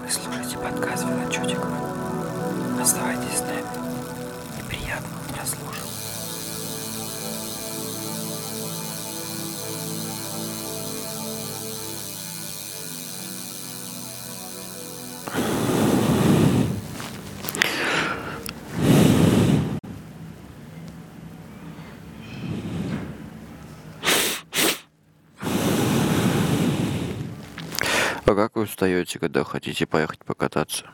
Вы слушаете подкаст Велочетиков. Оставайтесь с нами. И приятного прослушивания. А как вы устаете, когда хотите поехать покататься?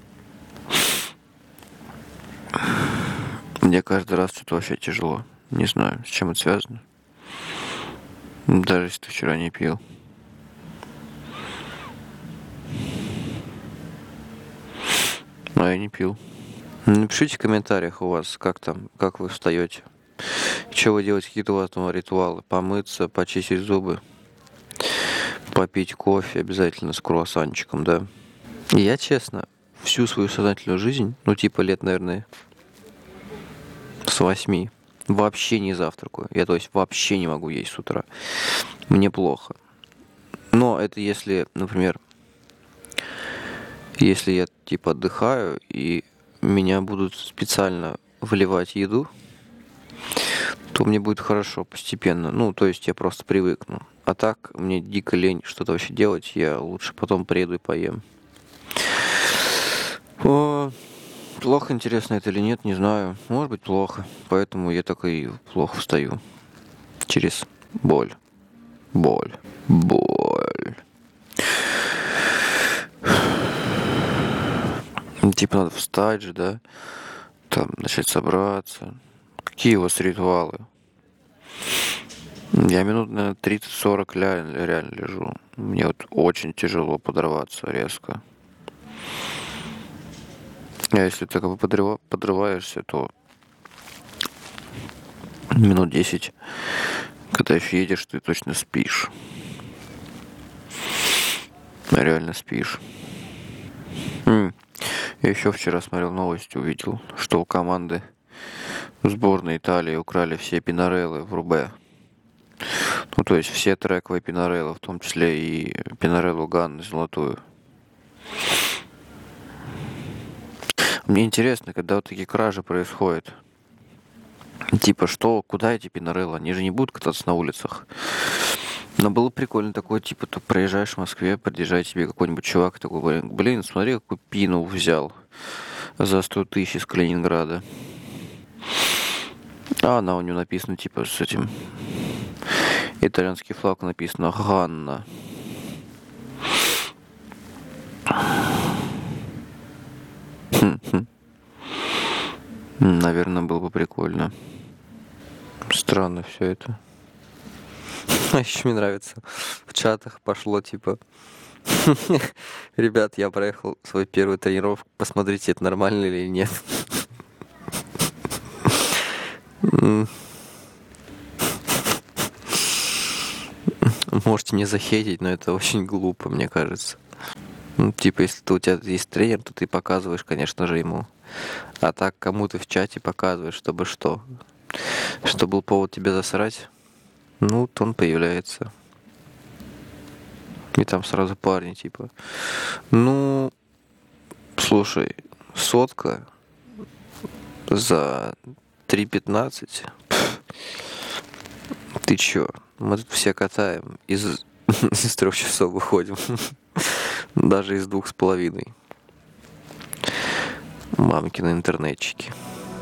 Мне каждый раз что-то вообще тяжело. Не знаю, с чем это связано. Даже если ты вчера не пил. Но я не пил. Напишите в комментариях у вас, как там, как вы встаете. Что вы делаете, какие-то у вас там ритуалы? Помыться, почистить зубы, попить кофе обязательно с круассанчиком, да? И я, честно, всю свою сознательную жизнь, лет, наверное, с 8, вообще не завтракаю. Я, то есть, вообще не могу есть с утра. Мне плохо. Но это если, например, если я, отдыхаю, и меня будут специально вливать еду, то мне будет хорошо постепенно. То есть я просто привыкну. А так, мне дико лень что-то вообще делать, я лучше потом приеду и поем. Плохо, интересно это или нет, не знаю. Может быть, плохо. Поэтому я так и плохо встаю. Через боль. Боль. Надо встать же, да? Там начать собраться. Какие у вас ритуалы? Я минут, наверное, 30-40 реально лежу. Мне очень тяжело подорваться резко. А если ты подрываешься, то минут 10, когда еще едешь, ты точно спишь. Реально спишь. Я еще вчера смотрел новости, увидел, что у команды сборной Италии украли все пинареллы в Рубе. То есть все трековые пинареллы, в том числе и пинареллу Ганны золотую. Мне интересно, когда вот такие кражи происходят. Куда эти пинареллы? Они же не будут кататься на улицах. Но было прикольно такое, ты проезжаешь в Москве, подъезжает тебе какой-нибудь чувак, такой, блин, смотри, какую пину взял за 100 тысяч из Калининграда. А она у него написана, с этим, итальянский флаг написано «Ганна». Наверное, было бы прикольно. Странно все это. А еще мне нравится, в чатах пошло, ребят, я проехал свою первую тренировку, посмотрите, это нормально или нет. Можете мне захейтить, но это очень глупо, мне кажется. Если у тебя есть тренер, то ты показываешь, конечно же, ему. А так, кому ты в чате показываешь, чтобы что? Что был повод тебе засрать? То он появляется. И там сразу парни, слушай, 100 за 3.15. Ты чё? Мы тут все катаем. Из 3 часов выходим. Даже из 2,5. Мамкины интернетчики.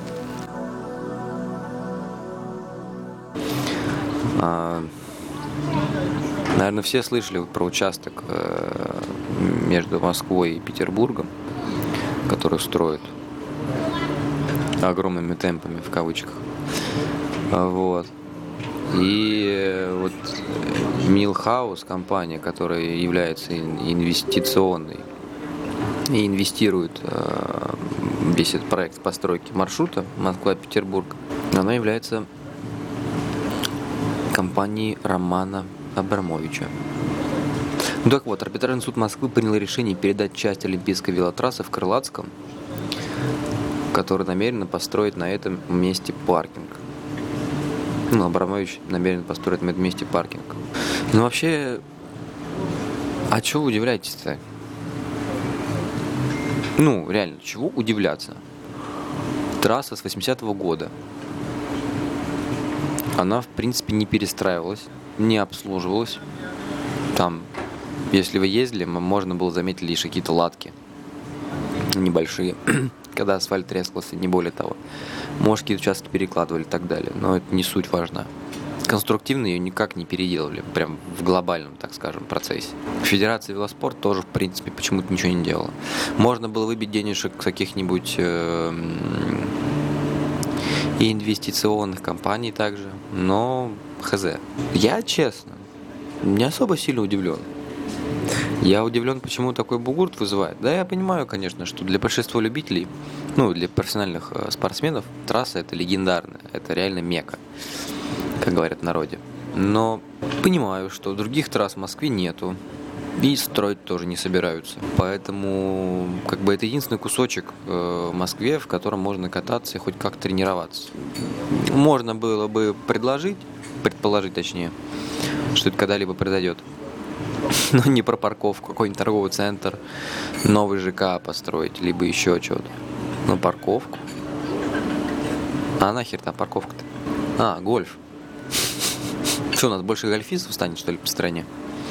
Наверное, все слышали про участок между Москвой и Петербургом, который строят огромными темпами, в кавычках. И Милхаус, компания, которая является инвестиционной и инвестирует весь этот проект постройки маршрута Москва-Петербург, она является компанией Романа Абрамовича. Арбитражный суд Москвы принял решение передать часть Олимпийской велотрассы в Крылатском, который намерен построить на этом месте паркинг. Абрамович намерен построить на этом месте паркинг. Вообще, а чего вы удивляетесь-то? Ну, реально, чего удивляться? Трасса с 80-го года. Она, в принципе, не перестраивалась, не обслуживалась. Там, если вы ездили, можно было заметить лишь какие-то латки небольшие, когда асфальт трескался, не более того. Может, какие-то участки перекладывали и так далее, но это не суть важна. Конструктивно ее никак не переделывали, прям в глобальном, так скажем, процессе. Федерация велоспорт тоже, в принципе, почему-то ничего не делала. Можно было выбить денежек с каких-нибудь и инвестиционных компаний также, но хз. Я, честно, не особо сильно удивлен. Я удивлен, почему такой бугурт вызывает. Да, я понимаю, конечно, что для большинства любителей, ну, для профессиональных спортсменов, трасса это легендарная, это реально мекка, как говорят в народе. Но понимаю, что других трасс в Москве нету. И строить тоже не собираются. Поэтому, как бы, это единственный кусочек в Москве, в котором можно кататься и хоть как-то тренироваться. Можно было бы предположить точнее, что это когда-либо произойдет. Но не про парковку, какой-нибудь торговый центр, новый ЖК построить, либо еще что-то. Но парковку? А нахер там парковка-то? А, гольф. Что, у нас больше гольфистов станет, что ли, по стране?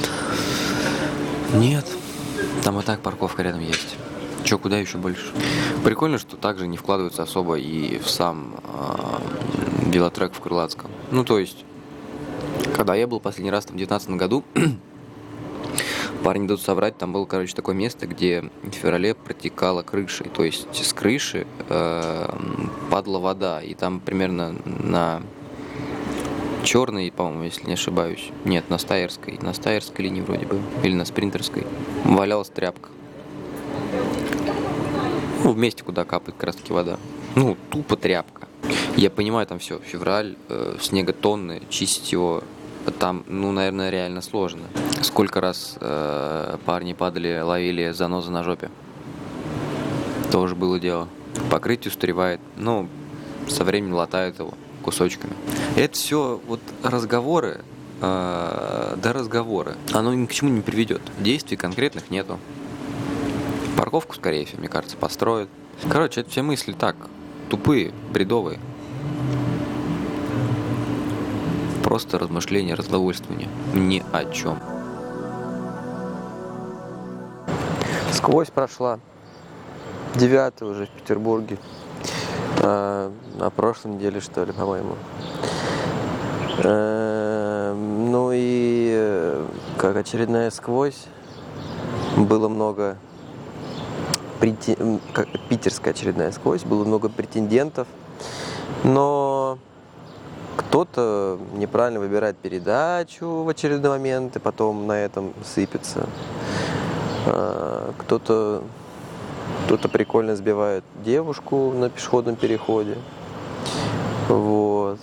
Нет, там и так парковка рядом есть. Че, куда еще больше? Прикольно, что также не вкладываются особо и в сам велотрек в Крылатском. Ну, то есть, когда я был последний раз там в 2019 году, парни дадут соврать, там было, короче, такое место, где в феврале протекала крыша. То есть с крыши падала вода, и там примерно на Черной, по-моему, если не ошибаюсь. Нет, на Стаерской линии вроде бы. Или на Спринтерской. Валялась тряпка. Ну, в месте, куда капает как раз таки вода. Ну, тупо тряпка. Я понимаю, там все, февраль, снега тонны, чистить его там, ну, наверное, реально сложно. Сколько раз парни падали, ловили занозы на жопе. Тоже было дело. Покрытие устаревает. Ну, со временем латают его кусочками. Это все вот разговоры, да разговоры. Оно ни к чему не приведет. Действий конкретных нету. Парковку, скорее всего, мне кажется, построят. Короче, это все мысли так, тупые, бредовые. Просто размышления, разглагольствование. Ни о чем. Сквозь прошла. 9 уже в Петербурге. На прошлой неделе, что ли, по-моему. Ну и как очередная сквозь. Было много питерская очередная сквозь. Было много претендентов. Но кто-то неправильно выбирает передачу в очередной момент, и потом на этом сыпется. Кто-то прикольно сбивает девушку на пешеходном переходе. Вот.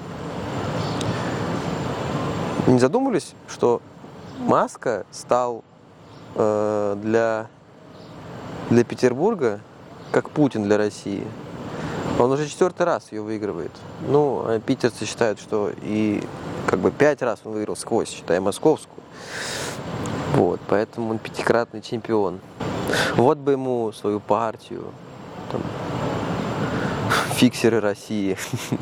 Не задумывались, что Маска стал для Петербурга как Путин для России? Он уже 4-й раз ее выигрывает. Ну, питерцы считают, что и как бы 5 раз он выиграл сквозь, считая московскую. Вот, поэтому он 5-кратный чемпион. Вот бы ему свою партию, там, фиксеры России.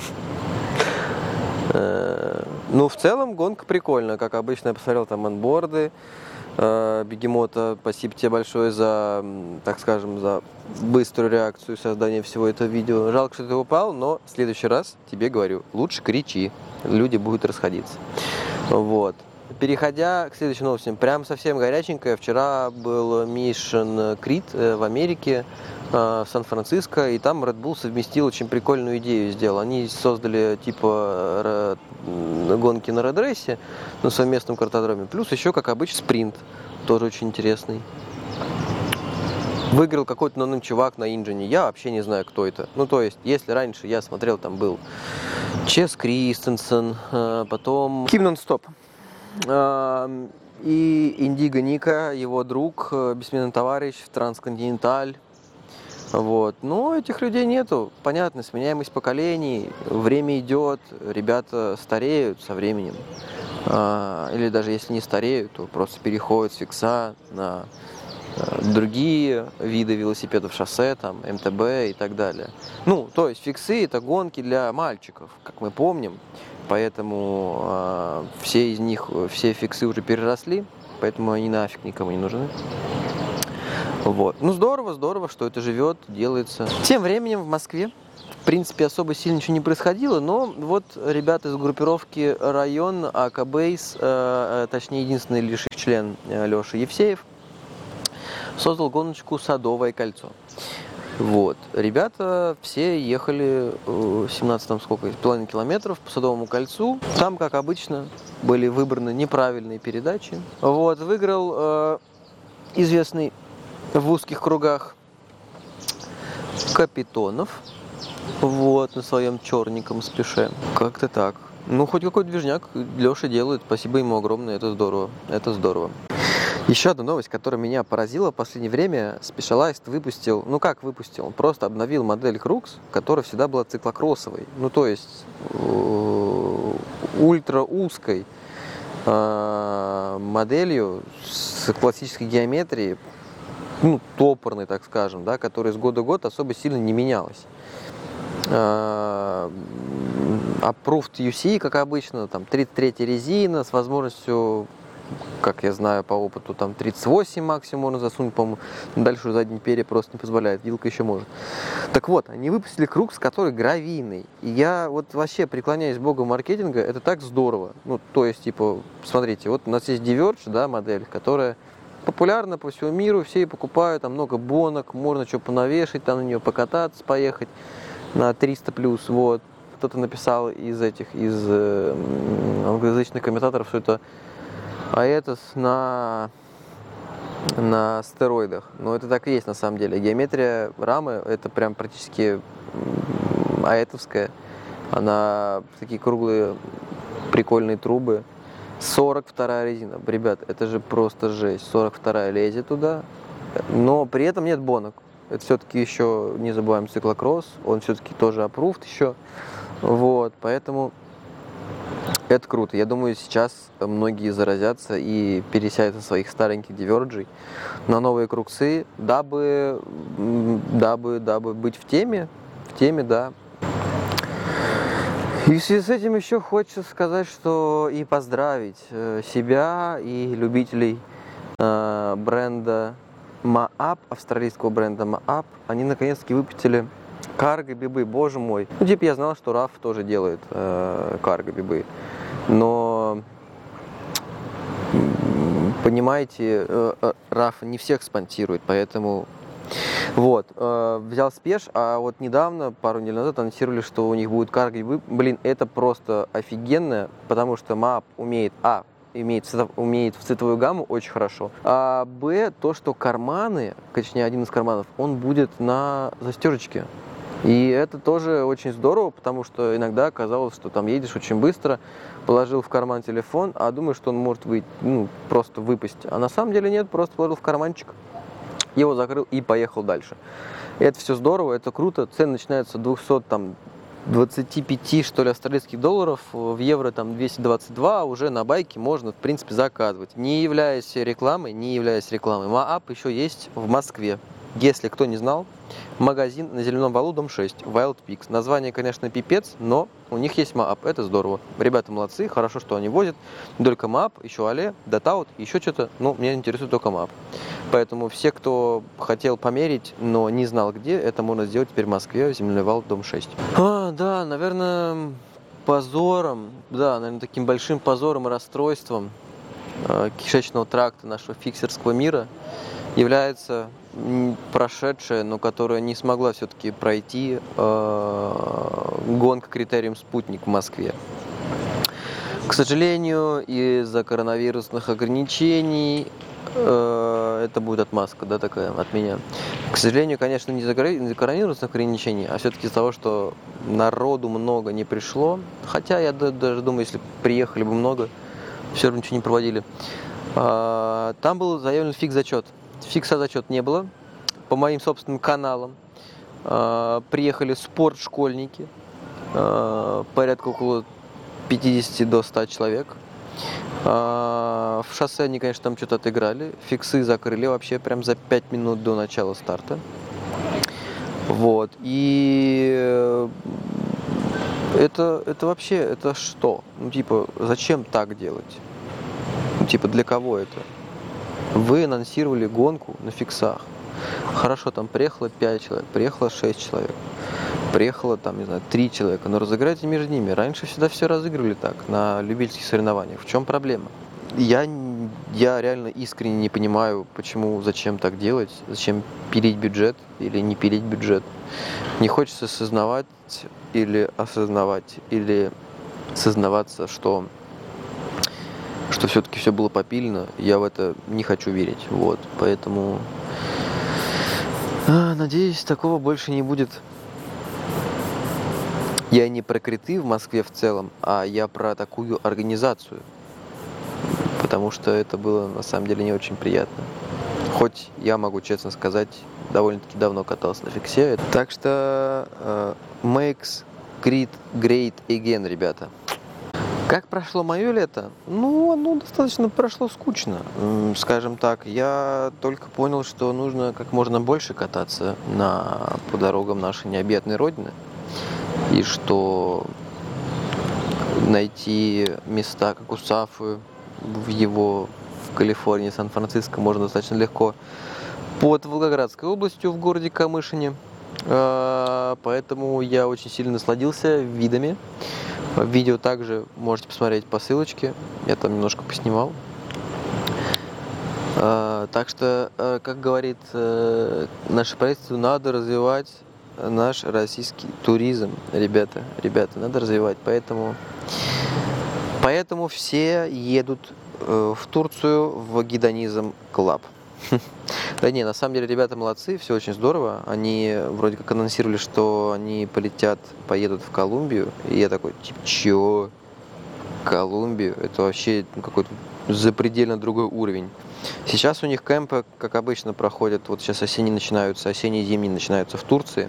Ну, в целом, гонка прикольная. Как обычно, я посмотрел там онборды Бегемота. Спасибо тебе большое за, так скажем, за быструю реакцию и создание всего этого видео. Жалко, что ты упал, но в следующий раз тебе говорю, лучше кричи. Люди будут расходиться. Вот. Переходя к следующим новостям, прям совсем горяченькая. Вчера был Mission Creed в Америке, в Сан-Франциско, и там Red Bull совместил очень прикольную идею, сделал. Они создали типа гонки на редрейсе на совместном картодроме, плюс еще, как обычно, спринт, тоже очень интересный. Выиграл какой-то ноунейм чувак на инжине, я вообще не знаю, кто это. Ну, то есть, если раньше я смотрел, там был Чес Кристенсен, потом Ким Нон-Стоп. И Индиго Ника, его друг, бессменный товарищ, Трансконтиненталь. Вот. Но этих людей нету. Понятно, сменяемость поколений, время идет, ребята стареют со временем. Или даже если не стареют, то просто переходят с фикса на другие виды велосипедов шоссе, там, МТБ и так далее. Ну, то есть фиксы — это гонки для мальчиков, как мы помним, поэтому все из них, все фиксы уже переросли, поэтому они нафиг никому не нужны. Вот. Ну, здорово, что это живет, делается. Тем временем в Москве, в принципе, особо сильно ничего не происходило, но вот ребята из группировки «Район», АК Бейс, точнее, единственный лишь их член Леша Евсеев, создал гоночку «Садовое кольцо». Вот. Ребята все ехали 17,5 километров по Садовому кольцу. Там, как обычно, были выбраны неправильные передачи. Вот. Выиграл известный в узких кругах Капитонов. Вот, на своем черненьком спеше. Как-то так. Ну, хоть какой-то движняк Леша делает. Спасибо ему огромное, это здорово. Это здорово. Еще одна новость, которая меня поразила в последнее время. Specialized выпустил, ну как выпустил, он просто обновил модель Crux, которая всегда была циклокроссовой. Ну то есть ультра узкой моделью с классической геометрией, ну топорной, так скажем, да, которая с года в год особо сильно не менялась. Approved UC, как обычно, там 33 резина с возможностью, как я знаю по опыту, там 38 максимум можно засунуть, по-моему. Дальше уже задние перья просто не позволяет, вилка еще может. Так вот, они выпустили Crux, который гравийный. И я вот вообще преклоняюсь богу маркетинга, это так здорово. Ну, то есть, типа, смотрите, вот у нас есть Diverge, да, модель, которая популярна по всему миру, все ее покупают, там много бонок, можно что понавешать, там на нее покататься, поехать на 300+, вот. Кто-то написал из англоязычных комментаторов, что это Аэтос на стероидах. Но это так и есть на самом деле. Геометрия рамы это прям практически аэтовская. Она такие круглые прикольные трубы. 42-я резина. Ребят, это же просто жесть. 42-я лезет туда. Но при этом нет бонок. Это все-таки еще, не забываем, циклокросс. Он все-таки тоже approved еще. Вот, поэтому это круто. Я думаю, сейчас многие заразятся и пересядут со своих стареньких Diverge на новые круксы, дабы быть в теме, да. И в связи с этим еще хочется сказать, что и поздравить себя и любителей бренда Moab, австралийского бренда Moab. Они наконец-таки выпустили карго-бибы, боже мой. Ну, типа, я знал, что RAF тоже делает карго-бибы. Но, понимаете, RAF не всех спонсирует, поэтому... Вот, взял спеш, а вот недавно, пару недель назад, анонсировали, что у них будет карго-бибы. Блин, это просто офигенно, потому что Moab умеет, умеет в цветовую гамму очень хорошо. А Б, то, что карманы, точнее, один из карманов, он будет на застежечке. И это тоже очень здорово, потому что иногда казалось, что там едешь очень быстро, положил в карман телефон, а думаешь, что он может выйти, ну, просто выпасть. А на самом деле нет, просто положил в карманчик, его закрыл и поехал дальше. Это все здорово, это круто. Цены начинаются от 225, что ли, австралийских долларов, в евро там 222, а уже на байке можно, в принципе, заказывать. Не являясь рекламой, Moab еще есть в Москве. Если кто не знал, магазин на Зеленом валу, дом 6, Wild Pigs. Название, конечно, пипец, но у них есть Moab, это здорово. Ребята молодцы, хорошо, что они возят. Не только Moab, еще Але, Датаут, еще что-то, но меня интересует только Moab. Поэтому все, кто хотел померить, но не знал где, это можно сделать теперь в Москве, Зеленый вал, дом 6. Да, наверное, таким большим позором и расстройством кишечного тракта нашего фиксерского мира является прошедшая, но которая не смогла все-таки пройти гонка критериум «Спутник» в Москве. К сожалению, из-за коронавирусных ограничений, это будет отмазка, да, такая от меня. К сожалению, конечно, не из-за коронавирусных ограничений, а все-таки из-за того, что народу много не пришло. Хотя я даже думаю, если приехали бы много, все равно ничего не проводили. Там был заявлен фикс-зачет. Фикса-зачет не было. По моим собственным каналам приехали спортшкольники, порядка около 50 до 100 человек. В шоссе они, конечно, там что-то отыграли. Фиксы закрыли вообще прям за 5 минут до начала старта. Вот. И это вообще, это что? Ну, типа, зачем так делать? Ну, типа, для кого это? Вы анонсировали гонку на фиксах. Хорошо, там приехало 5 человек, приехало 6 человек, приехало там, не знаю, 3 человека, но разыграйте между ними. Раньше всегда все разыгрывали так, на любительских соревнованиях. В чем проблема? Я реально искренне не понимаю, почему, зачем так делать, зачем пилить бюджет или не пилить бюджет. Не хочется осознавать или сознаваться, что все-таки все было попилено. Я в это не хочу верить. Вот, поэтому надеюсь, такого больше не будет. Я не про криты в Москве в целом, а я про такую организацию. Потому что это было на самом деле не очень приятно. Хоть я могу честно сказать, довольно-таки давно катался на фиксе. Так что makes grid great again, ребята. Как прошло мое лето? Ну, оно достаточно прошло скучно. Скажем так, я только понял, что нужно как можно больше кататься по дорогам нашей необъятной родины. И что найти места, как у Сафы, в Калифорнии, Сан-Франциско можно достаточно легко под Волгоградской областью в городе Камышине. Поэтому я очень сильно насладился видами. Видео также можете посмотреть по ссылочке. Я там немножко поснимал. Так что, как говорит наше правительство, надо развивать наш российский туризм. Ребята, надо развивать. Поэтому все едут в Турцию в Гедонизм Клаб. Да не, на самом деле ребята молодцы, все очень здорово. Они вроде как анонсировали, что они поедут в Колумбию. И я такой, типа, чё? Колумбию? Это вообще какой-то запредельно другой уровень. Сейчас у них кемпы, как обычно, проходят. Вот сейчас осенние и зимние начинаются в Турции.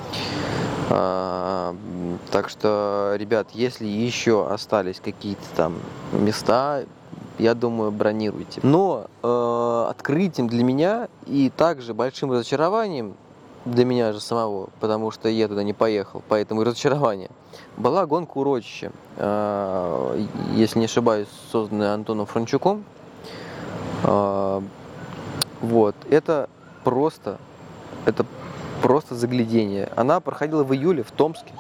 Так что, ребят, если еще остались какие-то там места, я думаю, бронируйте. Но открытием для меня и также большим разочарованием для меня же самого, потому что я туда не поехал, поэтому и разочарование, была гонка урочища, если не ошибаюсь, созданная Антоном Франчуком. Вот, это просто заглядение. Она проходила в июле в Томске.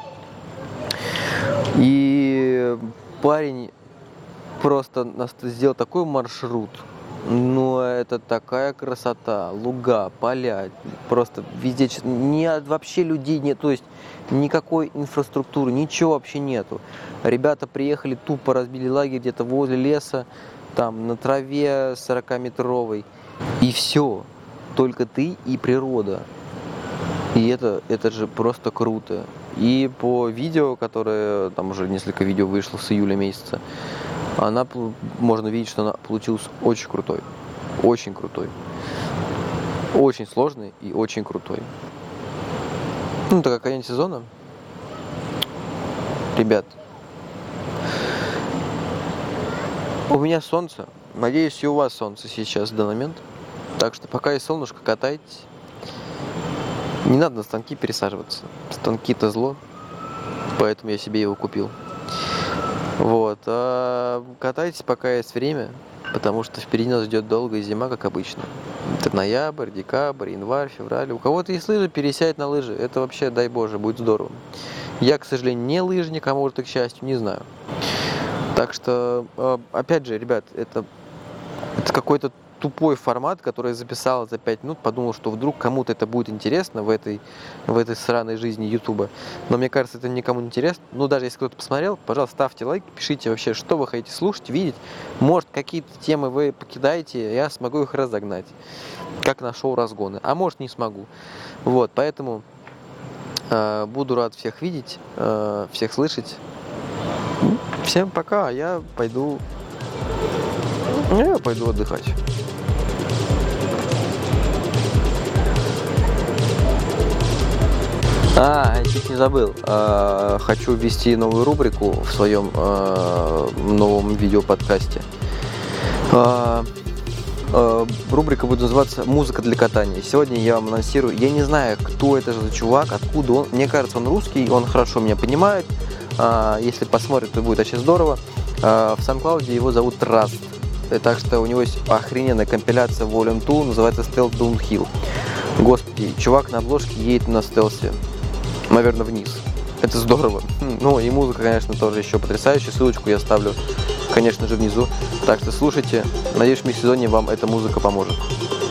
И парень просто сделал такой маршрут. Ну, это такая красота. Луга, поля, просто везде. Вообще людей нет, то есть никакой инфраструктуры, ничего вообще нету. Ребята приехали, тупо разбили лагерь где-то возле леса, там, на траве 40-метровой. И все. Только ты и природа. И это же просто круто. И по видео, которое, там уже несколько видео вышло с июля месяца, можно видеть, что она получилась очень крутой. Очень крутой. Очень сложный и очень крутой. Ну, так как конец сезона. Ребят, у меня солнце. Надеюсь, и у вас солнце сейчас в данный момент. Так что пока есть солнышко, катайтесь. Не надо на станки пересаживаться. Станки-то зло. Поэтому я себе его купил. Вот. Катайтесь, пока есть время. Потому что впереди нас ждет долгая зима, как обычно. Это ноябрь, декабрь, январь, февраль. У кого-то есть лыжи, пересядь на лыжи. Это вообще, дай боже, будет здорово. Я, к сожалению, не лыжник, а может и к счастью, не знаю. Так что, опять же, ребят, это какой-то тупой формат, который я записал за 5 минут, подумал, что вдруг кому-то это будет интересно в этой сраной жизни Ютуба. Но мне кажется, это никому не интересно. Ну, даже если кто-то посмотрел, пожалуйста, ставьте лайк, пишите вообще, что вы хотите слушать, видеть. Может, какие-то темы вы покидаете, я смогу их разогнать, как на шоу «Разгоны». А может, не смогу. Вот, поэтому буду рад всех видеть, всех слышать. Всем пока, я пойду отдыхать. Я чуть не забыл. Хочу ввести новую рубрику в своем новом видеоподкасте. Рубрика будет называться «Музыка для катания». Сегодня я вам анонсирую, я не знаю, кто это же за чувак, откуда он. Мне кажется, он русский, он хорошо меня понимает. Если посмотрит, то будет очень здорово. В SoundCloud его зовут Rust. Так что у него есть охрененная компиляция Volume 2, называется Stealth Downhill. Господи, чувак на обложке едет на стелсе, наверное, вниз. Это здорово. Ну и музыка, конечно, тоже еще потрясающая. Ссылочку я оставлю, конечно же, внизу. Так что слушайте. Надеюсь, в межсезонье вам эта музыка поможет.